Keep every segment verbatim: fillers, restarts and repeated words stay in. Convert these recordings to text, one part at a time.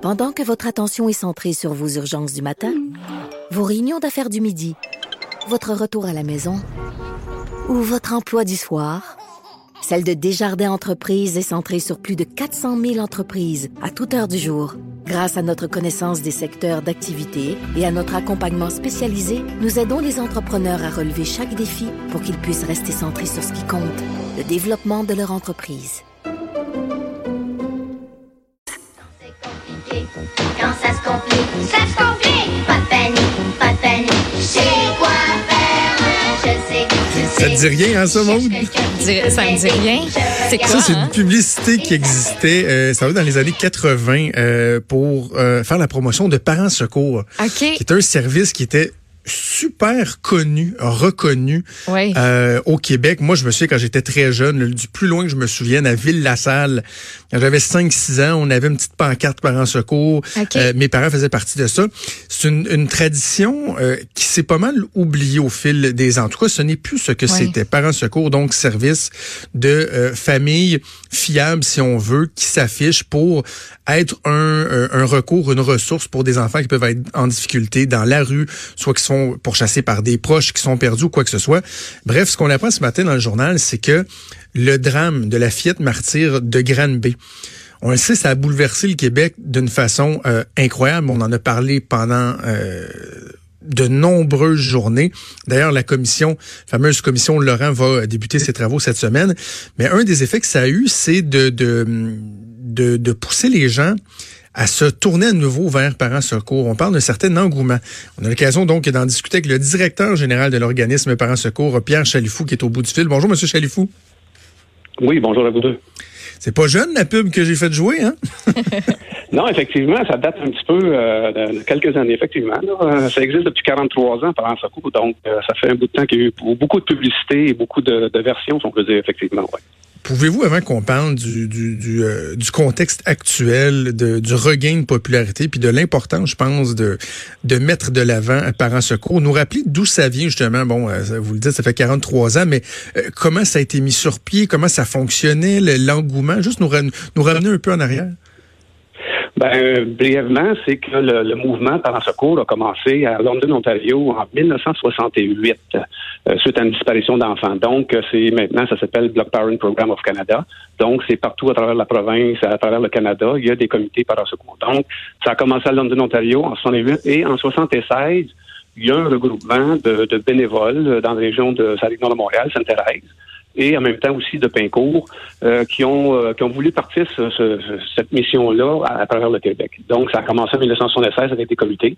Pendant que votre attention est centrée sur vos urgences du matin, vos réunions d'affaires du midi, votre retour à la maison ou votre emploi du soir, celle de Desjardins Entreprises est centrée sur plus de quatre cent mille entreprises à toute heure du jour. Grâce à notre connaissance des secteurs d'activité et à notre accompagnement spécialisé, nous aidons les entrepreneurs à relever chaque défi pour qu'ils puissent rester centrés sur ce qui compte, le développement de leur entreprise. Quand ça se complique, ça se complique. Pas de panique, pas de panique. Chez Coiffeur, je sais que tu sais. Ça te dit rien, hein, ça, Maud? Ça me dit rien. C'est quoi, Ça, c'est hein? une publicité qui existait, euh, ça va dans les années quatre-vingts, euh, pour euh, faire la promotion de Parents Secours, OK. qui était un service qui était super connu, reconnu Oui. euh, au Québec. Moi, je me souviens quand j'étais très jeune, le, du plus loin que je me souvienne, à Ville-la-Salle, quand j'avais cinq six ans, on avait une petite pancarte Parents Secours. OK. Euh, mes parents faisaient partie de ça. C'est une, une tradition euh, qui s'est pas mal oubliée au fil des ans. En tout cas, ce n'est plus ce que Oui. c'était. Parents Secours, donc service de euh, famille fiable, si on veut, qui s'affiche pour être un, un, un recours, une ressource pour des enfants qui peuvent être en difficulté dans la rue, soit qui sont pourchassés par des proches, qui sont perdus ou quoi que ce soit. Bref, ce qu'on apprend ce matin dans le journal, c'est que le drame de la fillette martyre de Granby, on le sait, ça a bouleversé le Québec d'une façon euh, incroyable. On en a parlé pendant euh, de nombreuses journées. D'ailleurs, la commission, la fameuse commission Laurent va débuter ses travaux cette semaine. Mais un des effets que ça a eu, c'est de, de, de, de pousser les gens à se tourner à nouveau vers Parents Secours. On parle d'un certain engouement. On a l'occasion donc d'en discuter avec le directeur général de l'organisme Parents Secours, Pierre Chalifou, qui est au bout du fil. Bonjour, Monsieur Chalifou. Oui, bonjour à vous deux. C'est pas jeune, la pub que j'ai fait jouer, hein? Non, effectivement, ça date un petit peu euh, de quelques années, effectivement. Là. Ça existe depuis quarante-trois ans, Parents Secours, donc euh, ça fait un bout de temps qu'il y a eu beaucoup de publicité et beaucoup de, de versions, si on peut dire, effectivement, oui. Pouvez-vous, avant qu'on parle du du du, euh, du contexte actuel, de, du regain de popularité, puis de l'importance, je pense, de de mettre de l'avant Parents Secours, nous rappeler d'où ça vient, justement, bon, euh, vous le dites, ça fait quarante-trois ans, mais euh, comment ça a été mis sur pied, comment ça fonctionnait, le, l'engouement, juste nous, nous ramener un peu en arrière? Ben, euh, brièvement, c'est que le, le mouvement Parents Secours a commencé à London, Ontario, en dix-neuf cent soixante-huit, euh, suite à une disparition d'enfants. Donc, c'est maintenant, ça s'appelle Block Parent Program of Canada. Donc, c'est partout à travers la province, à travers le Canada, il y a des comités Parents Secours. Donc, ça a commencé à London, Ontario, en soixante-huit, et en soixante-seize, il y a un regroupement de, de bénévoles dans la région de Saint-Nord de Montréal, Sainte-Thérèse, et en même temps aussi de Pincourt, euh, qui ont euh, qui ont voulu partir ce, ce, cette mission-là à, à travers le Québec. Donc, ça a commencé en dix-neuf cent soixante-seize avec des comités.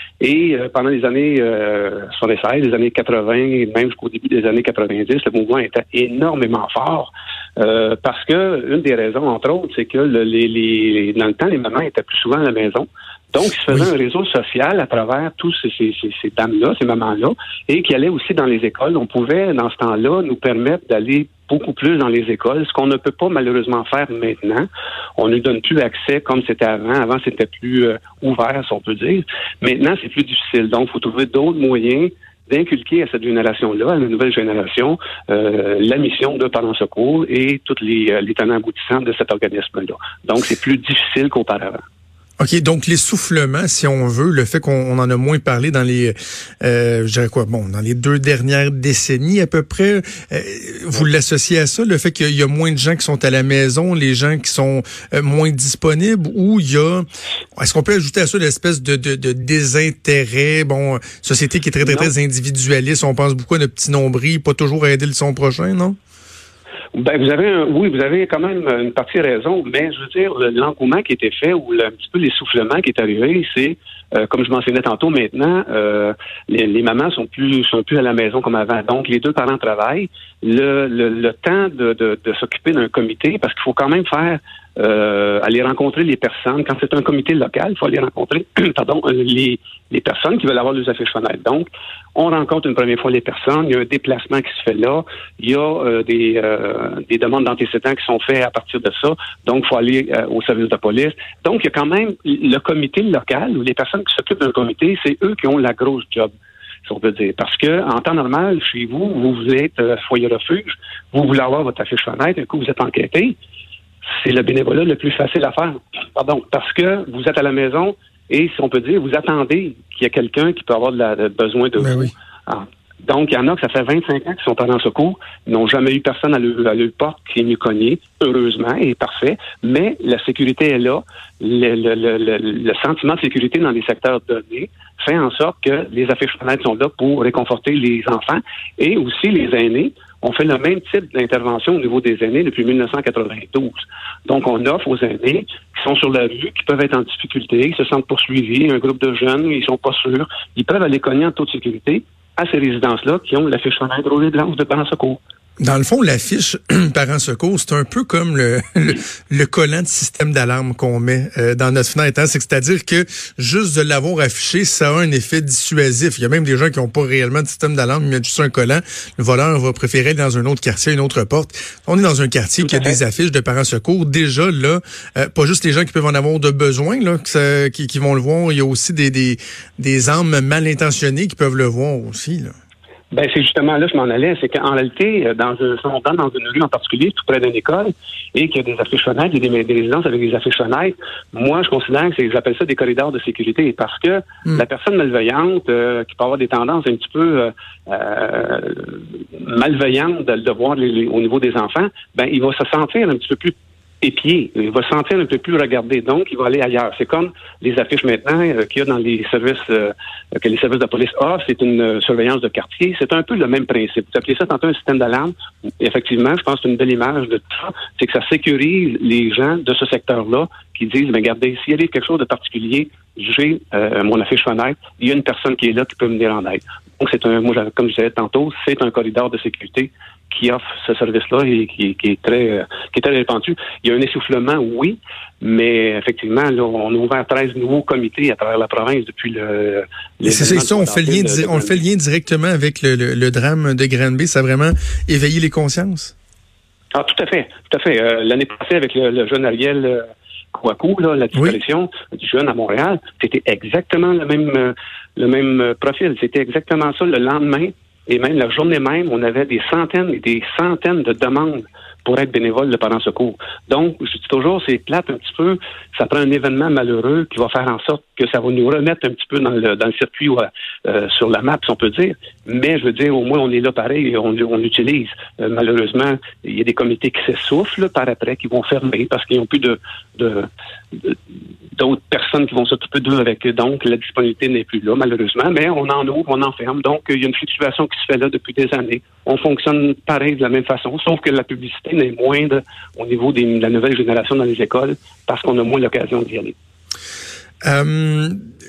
Et euh, pendant les années euh, soixante-seize, les années quatre-vingts, et même jusqu'au début des années quatre-vingt-dix, le mouvement était énormément fort. Euh, parce que une des raisons, entre autres, c'est que le, les, les dans le temps, les mamans étaient plus souvent à la maison. Donc, il se faisait Oui. un réseau social à travers tous ces, ces, ces, ces dames-là, ces mamans-là, et qui allaient aussi dans les écoles. On pouvait, dans ce temps-là, nous permettre d'aller beaucoup plus dans les écoles, ce qu'on ne peut pas malheureusement faire maintenant. On ne donne plus accès comme c'était avant. Avant, c'était plus euh, ouvert, si on peut dire. Maintenant, c'est plus difficile. Donc, il faut trouver d'autres moyens d'inculquer à cette génération-là, à la nouvelle génération, euh, la mission de Parents Secours et tous les, euh, les tenants aboutissants de cet organisme-là. Donc, c'est plus difficile qu'auparavant. OK, donc l'essoufflement, si on veut, le fait qu'on on en a moins parlé dans les, euh, je dirais quoi, bon, dans les deux dernières décennies à peu près, euh, vous l'associez à ça, le fait qu'il y a moins de gens qui sont à la maison, les gens qui sont euh, moins disponibles, ou il y a, est-ce qu'on peut ajouter à ça l'espèce de, de, de désintérêt, bon, société qui est très, très, très individualiste, on pense beaucoup à notre petit nombril, pas toujours à aider le son prochain, non? Ben, vous avez un, oui, vous avez quand même une partie raison, mais je veux dire, l'engouement qui a été fait ou le, un petit peu l'essoufflement qui est arrivé, c'est, euh, comme je mentionnais tantôt maintenant, euh, les, les mamans sont plus sont plus à la maison comme avant. Donc, les deux parents travaillent. Le, le, le temps de, de, de s'occuper d'un comité, parce qu'il faut quand même faire euh, aller rencontrer les personnes. Quand c'est un comité local, il faut aller rencontrer pardon, les, les personnes qui veulent avoir leurs affiches fenêtres. Donc, on rencontre une première fois les personnes, il y a un déplacement qui se fait là, il y a euh, des, euh, des demandes d'antécédents qui sont faites à partir de ça, donc il faut aller euh, au service de police. Donc, il y a quand même le comité local, ou les personnes qui s'occupent d'un comité, c'est eux qui ont la grosse job, si on peut dire. Parce que en temps normal, chez vous, vous, vous êtes euh, foyer refuge, vous voulez avoir votre affiche fenêtre, un coup vous êtes enquêté, c'est le bénévolat le plus facile à faire. Pardon, parce que vous êtes à la maison et, si on peut dire, vous attendez qu'il y ait quelqu'un qui peut avoir de la, de besoin de ben vous. Oui. Ah. Donc, il y en a que ça fait vingt-cinq ans qu'ils sont parents secours, ils n'ont jamais eu personne à leur, à leur porte qui est mieux cogné, heureusement, et parfait, mais la sécurité est là. Le, le, le, le, le sentiment de sécurité dans les secteurs donnés fait en sorte que les affiches fenêtres sont là pour réconforter les enfants et aussi les aînés. On fait le même type d'intervention au niveau des aînés depuis dix-neuf cent quatre-vingt-douze. Donc, on offre aux aînés qui sont sur la rue, qui peuvent être en difficulté, qui se sentent poursuivis, un groupe de jeunes, ils sont pas sûrs, ils peuvent aller cogner en toute sécurité à ces résidences-là qui ont l'affiche fenêtre rouge et blanche de parents secours. Dans le fond, l'affiche Parents secours, c'est un peu comme le, le, le collant de système d'alarme qu'on met euh, dans notre fenêtre. Hein? C'est, c'est-à-dire que juste de l'avoir affiché, ça a un effet dissuasif. Il y a même des gens qui n'ont pas réellement de système d'alarme, ils mettent juste un collant. Le voleur va préférer aller dans un autre quartier, une autre porte. On est dans un quartier qui a des affiches de Parents secours. Déjà, là, euh, pas juste les gens qui peuvent en avoir de besoin, là, que ça, qui, qui vont le voir. Il y a aussi des, des, des âmes mal intentionnées qui peuvent le voir aussi, là. Ben, c'est justement là que je m'en allais. C'est qu'en réalité, dans un, si on rentre dans une rue en particulier, tout près d'une école, et qu'il y a des affiches fenêtres, il y a des, des résidences avec des affiches fenêtres, moi, je considère que c'est, j'appelle ça des corridors de sécurité, parce que mm. la personne malveillante, euh, qui peut avoir des tendances un petit peu euh, euh, malveillantes de, de voir les, les, au niveau des enfants, ben, il va se sentir un petit peu plus épié, il va se sentir un peu plus regardé, donc il va aller ailleurs. C'est comme les affiches maintenant euh, qu'il y a dans les services, euh, que les services de police offrent, c'est une euh, surveillance de quartier, c'est un peu le même principe. Vous appelez ça tantôt un système d'alarme. Effectivement, je pense que c'est une belle image de tout ça, c'est que ça sécurise les gens de ce secteur-là qui disent, ben regardez, s'il y a quelque chose de particulier, j'ai euh, mon affiche fenêtre, il y a une personne qui est là qui peut me venir en aide. Donc c'est un, moi, comme je disais tantôt, c'est un corridor de sécurité qui offre ce service-là et qui, qui est très euh, qui est très répandu. Il y a un essoufflement, oui, mais effectivement, là, on a ouvert treize nouveaux comités à travers la province depuis le... Et c'est ça, on fait, lien, de, on le fait lien directement avec le, le, le drame de Granby. Ça a vraiment éveillé les consciences? Ah, tout à fait, tout à fait. Euh, l'année passée, avec le, le jeune Ariel euh, Kouakou, là, la disparition oui. du jeune à Montréal, c'était exactement le même, euh, le même profil. C'était exactement ça. Le lendemain, et même la journée même, on avait des centaines et des centaines de demandes pour être bénévole de Parents secours. Donc, je dis toujours, c'est plate un petit peu. Ça prend un événement malheureux qui va faire en sorte que ça va nous remettre un petit peu dans le, dans le circuit euh, sur la map, si on peut dire. Mais je veux dire, au moins, on est là pareil et on, on l'utilise. Euh, malheureusement, il y a des comités qui s'essoufflent par après, qui vont fermer parce qu'ils n'ont plus de, de, de d'autres personnes qui vont s'occuper d'eux avec eux. Donc, la disponibilité n'est plus là, malheureusement. Mais on en ouvre, on en ferme. Donc, il y a une fluctuation qui se fait là depuis des années. On fonctionne pareil de la même façon, sauf que la publicité n'est moindre au niveau des, de la nouvelle génération dans les écoles parce qu'on a moins l'occasion d'y aller. Euh,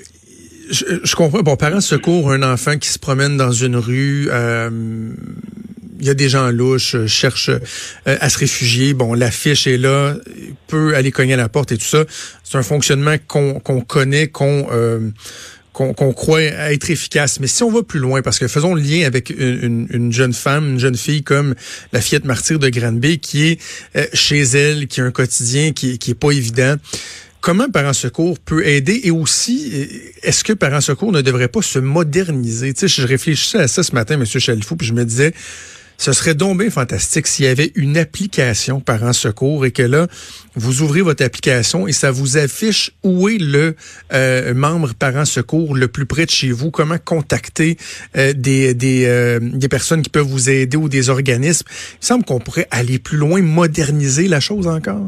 je, je comprends. Bon, Parents secours, un enfant qui se promène dans une rue... Euh, il y a des gens louches, euh, cherchent euh, à se réfugier. Bon, l'affiche est là, peut aller cogner à la porte et tout ça. C'est un fonctionnement qu'on, qu'on connaît, qu'on, euh, qu'on, qu'on croit être efficace. Mais si on va plus loin, parce que faisons le lien avec une, une, une jeune femme, une jeune fille comme la fillette martyre de Granby, qui est euh, chez elle, qui a un quotidien qui, qui est pas évident. Comment Parents secours peut aider et aussi, est-ce que Parents secours ne devrait pas se moderniser? Tu sais, je réfléchissais à ça ce matin, M. Chalifou, puis je me disais, ce serait donc bien fantastique s'il y avait une application Parents secours et que là, vous ouvrez votre application et ça vous affiche où est le euh, membre Parents secours le plus près de chez vous, comment contacter euh, des des, euh, des personnes qui peuvent vous aider ou des organismes. Il me semble qu'on pourrait aller plus loin, moderniser la chose encore.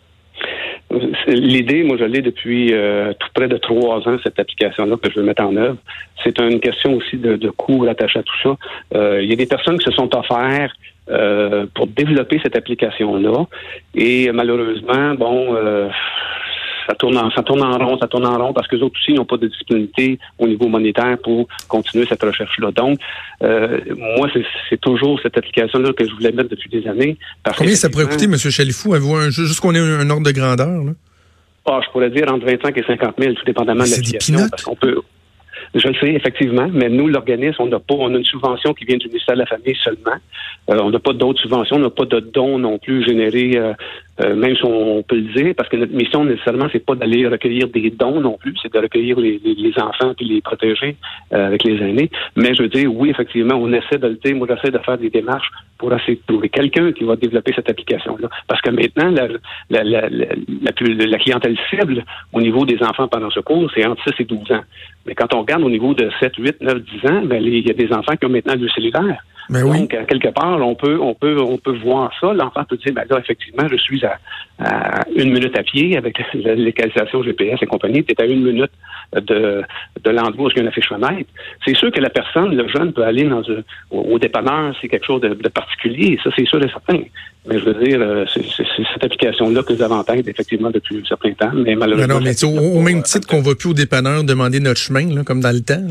L'idée, moi, je l'ai depuis euh, tout près de trois ans, cette application-là que je veux mettre en œuvre. C'est une question aussi de, de coûts rattachés à tout ça. Euh, il y a des personnes qui se sont offertes euh, pour développer cette application-là. Et malheureusement, bon, euh, ça tourne en, ça tourne en rond, ça tourne en rond parce que les autres aussi n'ont pas de disponibilité au niveau monétaire pour continuer cette recherche-là. Donc, euh, moi, c'est, c'est toujours cette application-là que je voulais mettre depuis des années. Parce Combien ça pourrait coûter, M. Chalifou? Avez-vous un, juste qu'on ait un, un ordre de grandeur, là? Ah, je pourrais dire entre vingt-cinq et cinquante mille, tout dépendamment de l'application. Parce qu'on peut, je le sais, effectivement, mais nous, l'organisme, on n'a pas, on a une subvention qui vient du ministère de la Famille seulement. Euh, on n'a pas d'autres subventions, on n'a pas de dons non plus générés euh, euh, même si on, on peut le dire, parce que notre mission, nécessairement, c'est pas d'aller recueillir des dons non plus, c'est de recueillir les, les, les enfants puis les protéger euh, avec les aînés. Mais je veux dire, oui, effectivement, on essaie de le dire. Moi, j'essaie de faire des démarches pour essayer de trouver quelqu'un qui va développer cette application-là. Parce que maintenant, la, la, la, la, la, plus, la clientèle cible au niveau des enfants pendant secours, c'est entre six et douze ans. Mais quand on regarde au niveau de sept, huit, neuf, dix ans, ben, il y a des enfants qui ont maintenant le cellulaire. Ben Donc, oui. à quelque part, on peut, on peut, on peut voir ça. L'enfant peut dire, ben là, effectivement, je suis à, à une minute à pied avec la localisation G P S et compagnie. Tu es à une minute de, de l'endroit où il y a une affiche fenêtre. C'est sûr que la personne, le jeune, peut aller dans un, au, au dépanneur, c'est quelque chose de, de particulier. Ça, c'est sûr et certain. Mais je veux dire, c'est, c'est, c'est cette application-là que vous avez en tête, effectivement, depuis un certain temps. Mais malheureusement. Non, non, mais au, au même titre qu'on va plus au dépanneur demander notre chemin, là, comme dans le temps.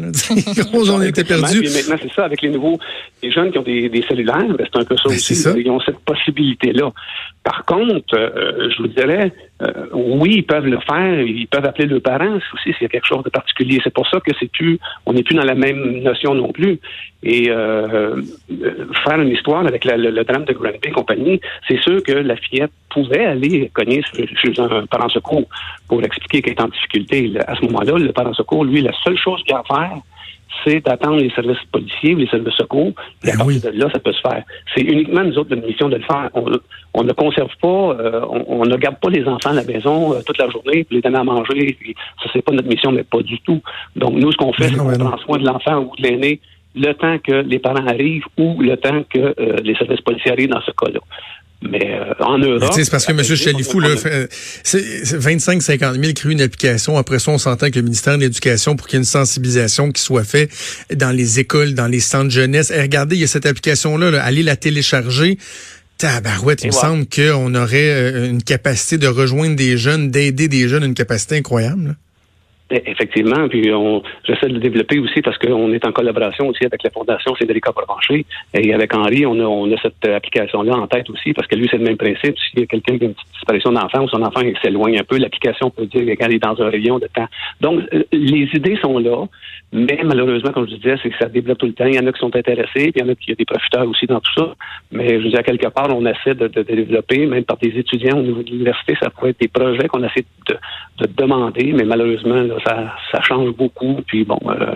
On était perdus. Puis maintenant, c'est ça, avec les nouveaux, les jeunes qui ont des, des cellulaires, ben, c'est un peu ça ben, aussi. Ça. Ils ont cette possibilité-là. Par contre, euh, je vous dirais, euh, oui, ils peuvent le faire, ils peuvent appeler leurs parents aussi s'il y a quelque chose de particulier. C'est pour ça que c'est plus, on n'est plus dans la même notion non plus. Et euh, faire une histoire avec la, le, le drame de Granby et compagnie, c'est sûr que la fillette pouvait aller cogner chez un parent secours pour expliquer qu'elle est en difficulté. À ce moment-là, le parent secours, lui, la seule chose qu'il a à faire, c'est d'attendre les services policiers ou les services de secours. Et à Ben partir oui. de là, ça peut se faire. C'est uniquement nous autres notre mission de le faire. On, on ne conserve pas, euh, on, on ne garde pas les enfants à la maison euh, toute la journée pour les donner à manger. Puis ça, c'est pas notre mission, mais pas du tout. Donc, nous, ce qu'on fait, Ben c'est non, qu'on ben non. prend soin de l'enfant ou de l'aîné le temps que les parents arrivent ou le temps que euh, les services policiers arrivent dans ce cas-là. Mais euh, en Europe... Mais c'est parce que M. Chalifou, là, fait, c'est vingt-cinq à cinquante mille crée une application. Après ça, on s'entend avec le ministère de l'Éducation pour qu'il y ait une sensibilisation qui soit faite dans les écoles, dans les centres jeunesse. Et regardez, il y a cette application-là, là, allez la télécharger. Tabarouette, il me voilà. semble qu'on aurait une capacité de rejoindre des jeunes, d'aider des jeunes, une capacité incroyable. Là. Effectivement, puis on j'essaie de le développer aussi parce qu'on est en collaboration aussi avec la Fondation Cédric Provencher et avec Henri, on a, on a cette application-là en tête aussi parce que lui, c'est le même principe. S'il y a quelqu'un qui a une petite disparition d'enfant ou son enfant s'éloigne un peu, l'application peut dire qu'elle est dans un rayon de temps. Donc, les idées sont là, mais malheureusement, comme je disais, c'est que ça développe tout le temps. Il y en a qui sont intéressés, puis il y en a qui y a des profiteurs aussi dans tout ça. Mais je veux dire, à quelque part, on essaie de, de, de développer, même par des étudiants au niveau de l'université, ça pourrait être des projets qu'on essaie de, de demander, mais malheureusement, là, ça, ça change beaucoup. Puis bon, euh,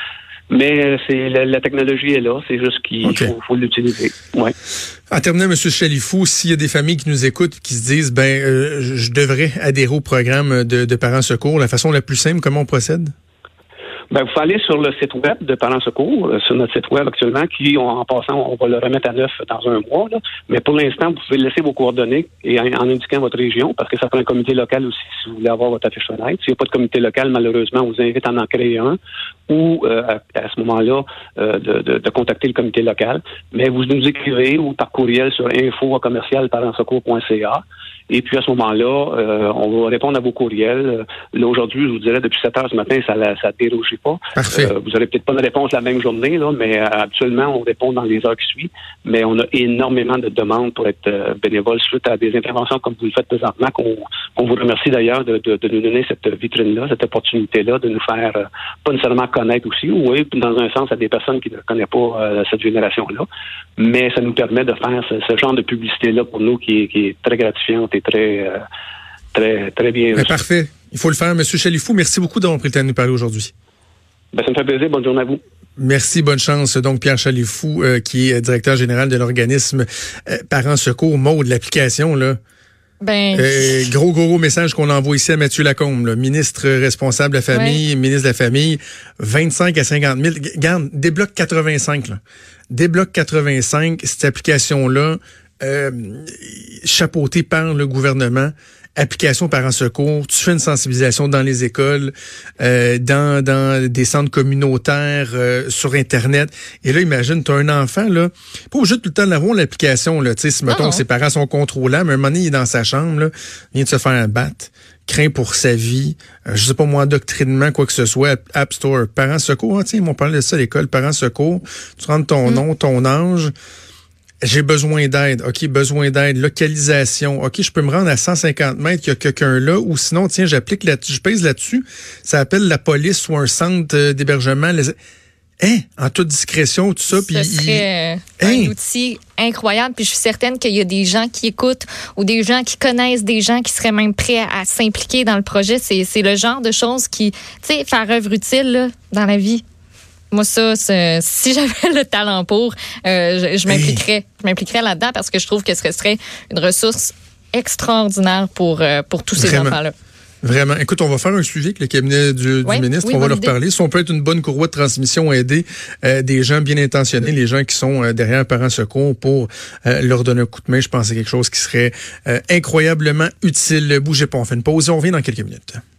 mais c'est la, la technologie est là, c'est juste qu'il okay. faut, faut l'utiliser. Ouais. En terminant, M. Chalifou, s'il y a des familles qui nous écoutent, qui se disent, ben, euh, je devrais adhérer au programme de, de Parents Secours, la façon la plus simple, comment on procède? Ben, vous pouvez aller sur le site web de Parents Secours, euh, sur notre site web actuellement, qui, on, en passant, on va le remettre à neuf dans un mois. Là. Mais pour l'instant, vous pouvez laisser vos coordonnées et en, en indiquant votre région, parce que ça prend un comité local aussi si vous voulez avoir votre affiche fenêtre. S'il n'y a pas de comité local, malheureusement, on vous invite à en créer un ou euh, à, à ce moment-là euh, de, de, de contacter le comité local. Mais vous nous écrivez ou par courriel sur info commercial parentsecours point c a. Et puis à ce moment-là, euh, on va répondre à vos courriels. Là, aujourd'hui, je vous dirais, depuis sept heures ce matin, ça ne ça dérougit pas. Parfait. Euh, vous n'aurez peut-être pas une réponse la même journée, là, mais euh, habituellement, on répond dans les heures qui suivent. Mais on a énormément de demandes pour être euh, bénévole suite à des interventions comme vous le faites présentement, qu'on, qu'on vous remercie d'ailleurs de, de, de nous donner cette vitrine-là, cette opportunité-là, de nous faire euh, pas nécessairement connaître aussi, oui, dans un sens, à des personnes qui ne connaissent pas euh, cette génération-là. Mais ça nous permet de faire ce, ce genre de publicité-là pour nous qui est, qui est très gratifiante et très, euh, très, très bien. Ben, parfait. Il faut le faire. Monsieur Chalifou, merci beaucoup d'avoir pris le temps de nous parler aujourd'hui. Ben, ça me fait plaisir. Bonne journée à vous. Merci, bonne chance. Donc, Pierre Chalifou, euh, qui est directeur général de l'organisme euh, Parents Secours. Maud, l'application, là. Ben... Euh, gros, gros message qu'on envoie ici à Mathieu Lacombe, là, ministre responsable de la famille, ouais. ministre de la famille, vingt-cinq à cinquante mille. Regarde, débloque quatre-vingt-cinq, là. Débloque quatre-vingt-cinq, cette application-là, euh, chapeautée par le gouvernement. Application Parents Secours, tu fais une sensibilisation dans les écoles, euh, dans dans des centres communautaires, euh, sur Internet. Et là, imagine, tu as un enfant, là, pas obligé tout le temps d'avoir l'application, là, tu sais, si, mettons, ses parents sont contrôlants, mais un moment donné, il est dans sa chambre, là, il vient de se faire un battre, craint pour sa vie, euh, je sais pas moi, endoctrinement, quoi que ce soit, App Store, Parents Secours, hein, tiens, ils m'ont parlé de ça à l'école, Parents Secours, tu rentres ton mm. nom, ton âge, j'ai besoin d'aide. OK, besoin d'aide. Localisation. OK, je peux me rendre à cent cinquante mètres, il y a quelqu'un là. Ou sinon, tiens, j'applique là-dessus, je pèse là-dessus. Ça appelle la police ou un centre d'hébergement. Hein? En toute discrétion, tout ça. Ce Puis, serait euh, hein? un outil incroyable. Puis je suis certaine qu'il y a des gens qui écoutent ou des gens qui connaissent des gens qui seraient même prêts à, à s'impliquer dans le projet. C'est, c'est le genre de choses qui, tu sais, faire œuvre utile là, dans la vie. Moi, ça, c'est, si j'avais le talent pour, euh, je, je m'impliquerais. Hey. Je m'impliquerais là-dedans parce que je trouve que ce serait une ressource extraordinaire pour, euh, pour tous ces Vraiment. enfants-là. Vraiment. Écoute, on va faire un suivi avec le cabinet du, ouais, du ministre. oui, on va leur idée. parler. Si on peut être une bonne courroie de transmission, aider euh, des gens bien intentionnés, les gens qui sont euh, derrière Parents Secours pour euh, leur donner un coup de main, je pense que c'est quelque chose qui serait euh, incroyablement utile. Bougez pas, on fait une pause et on revient dans quelques minutes.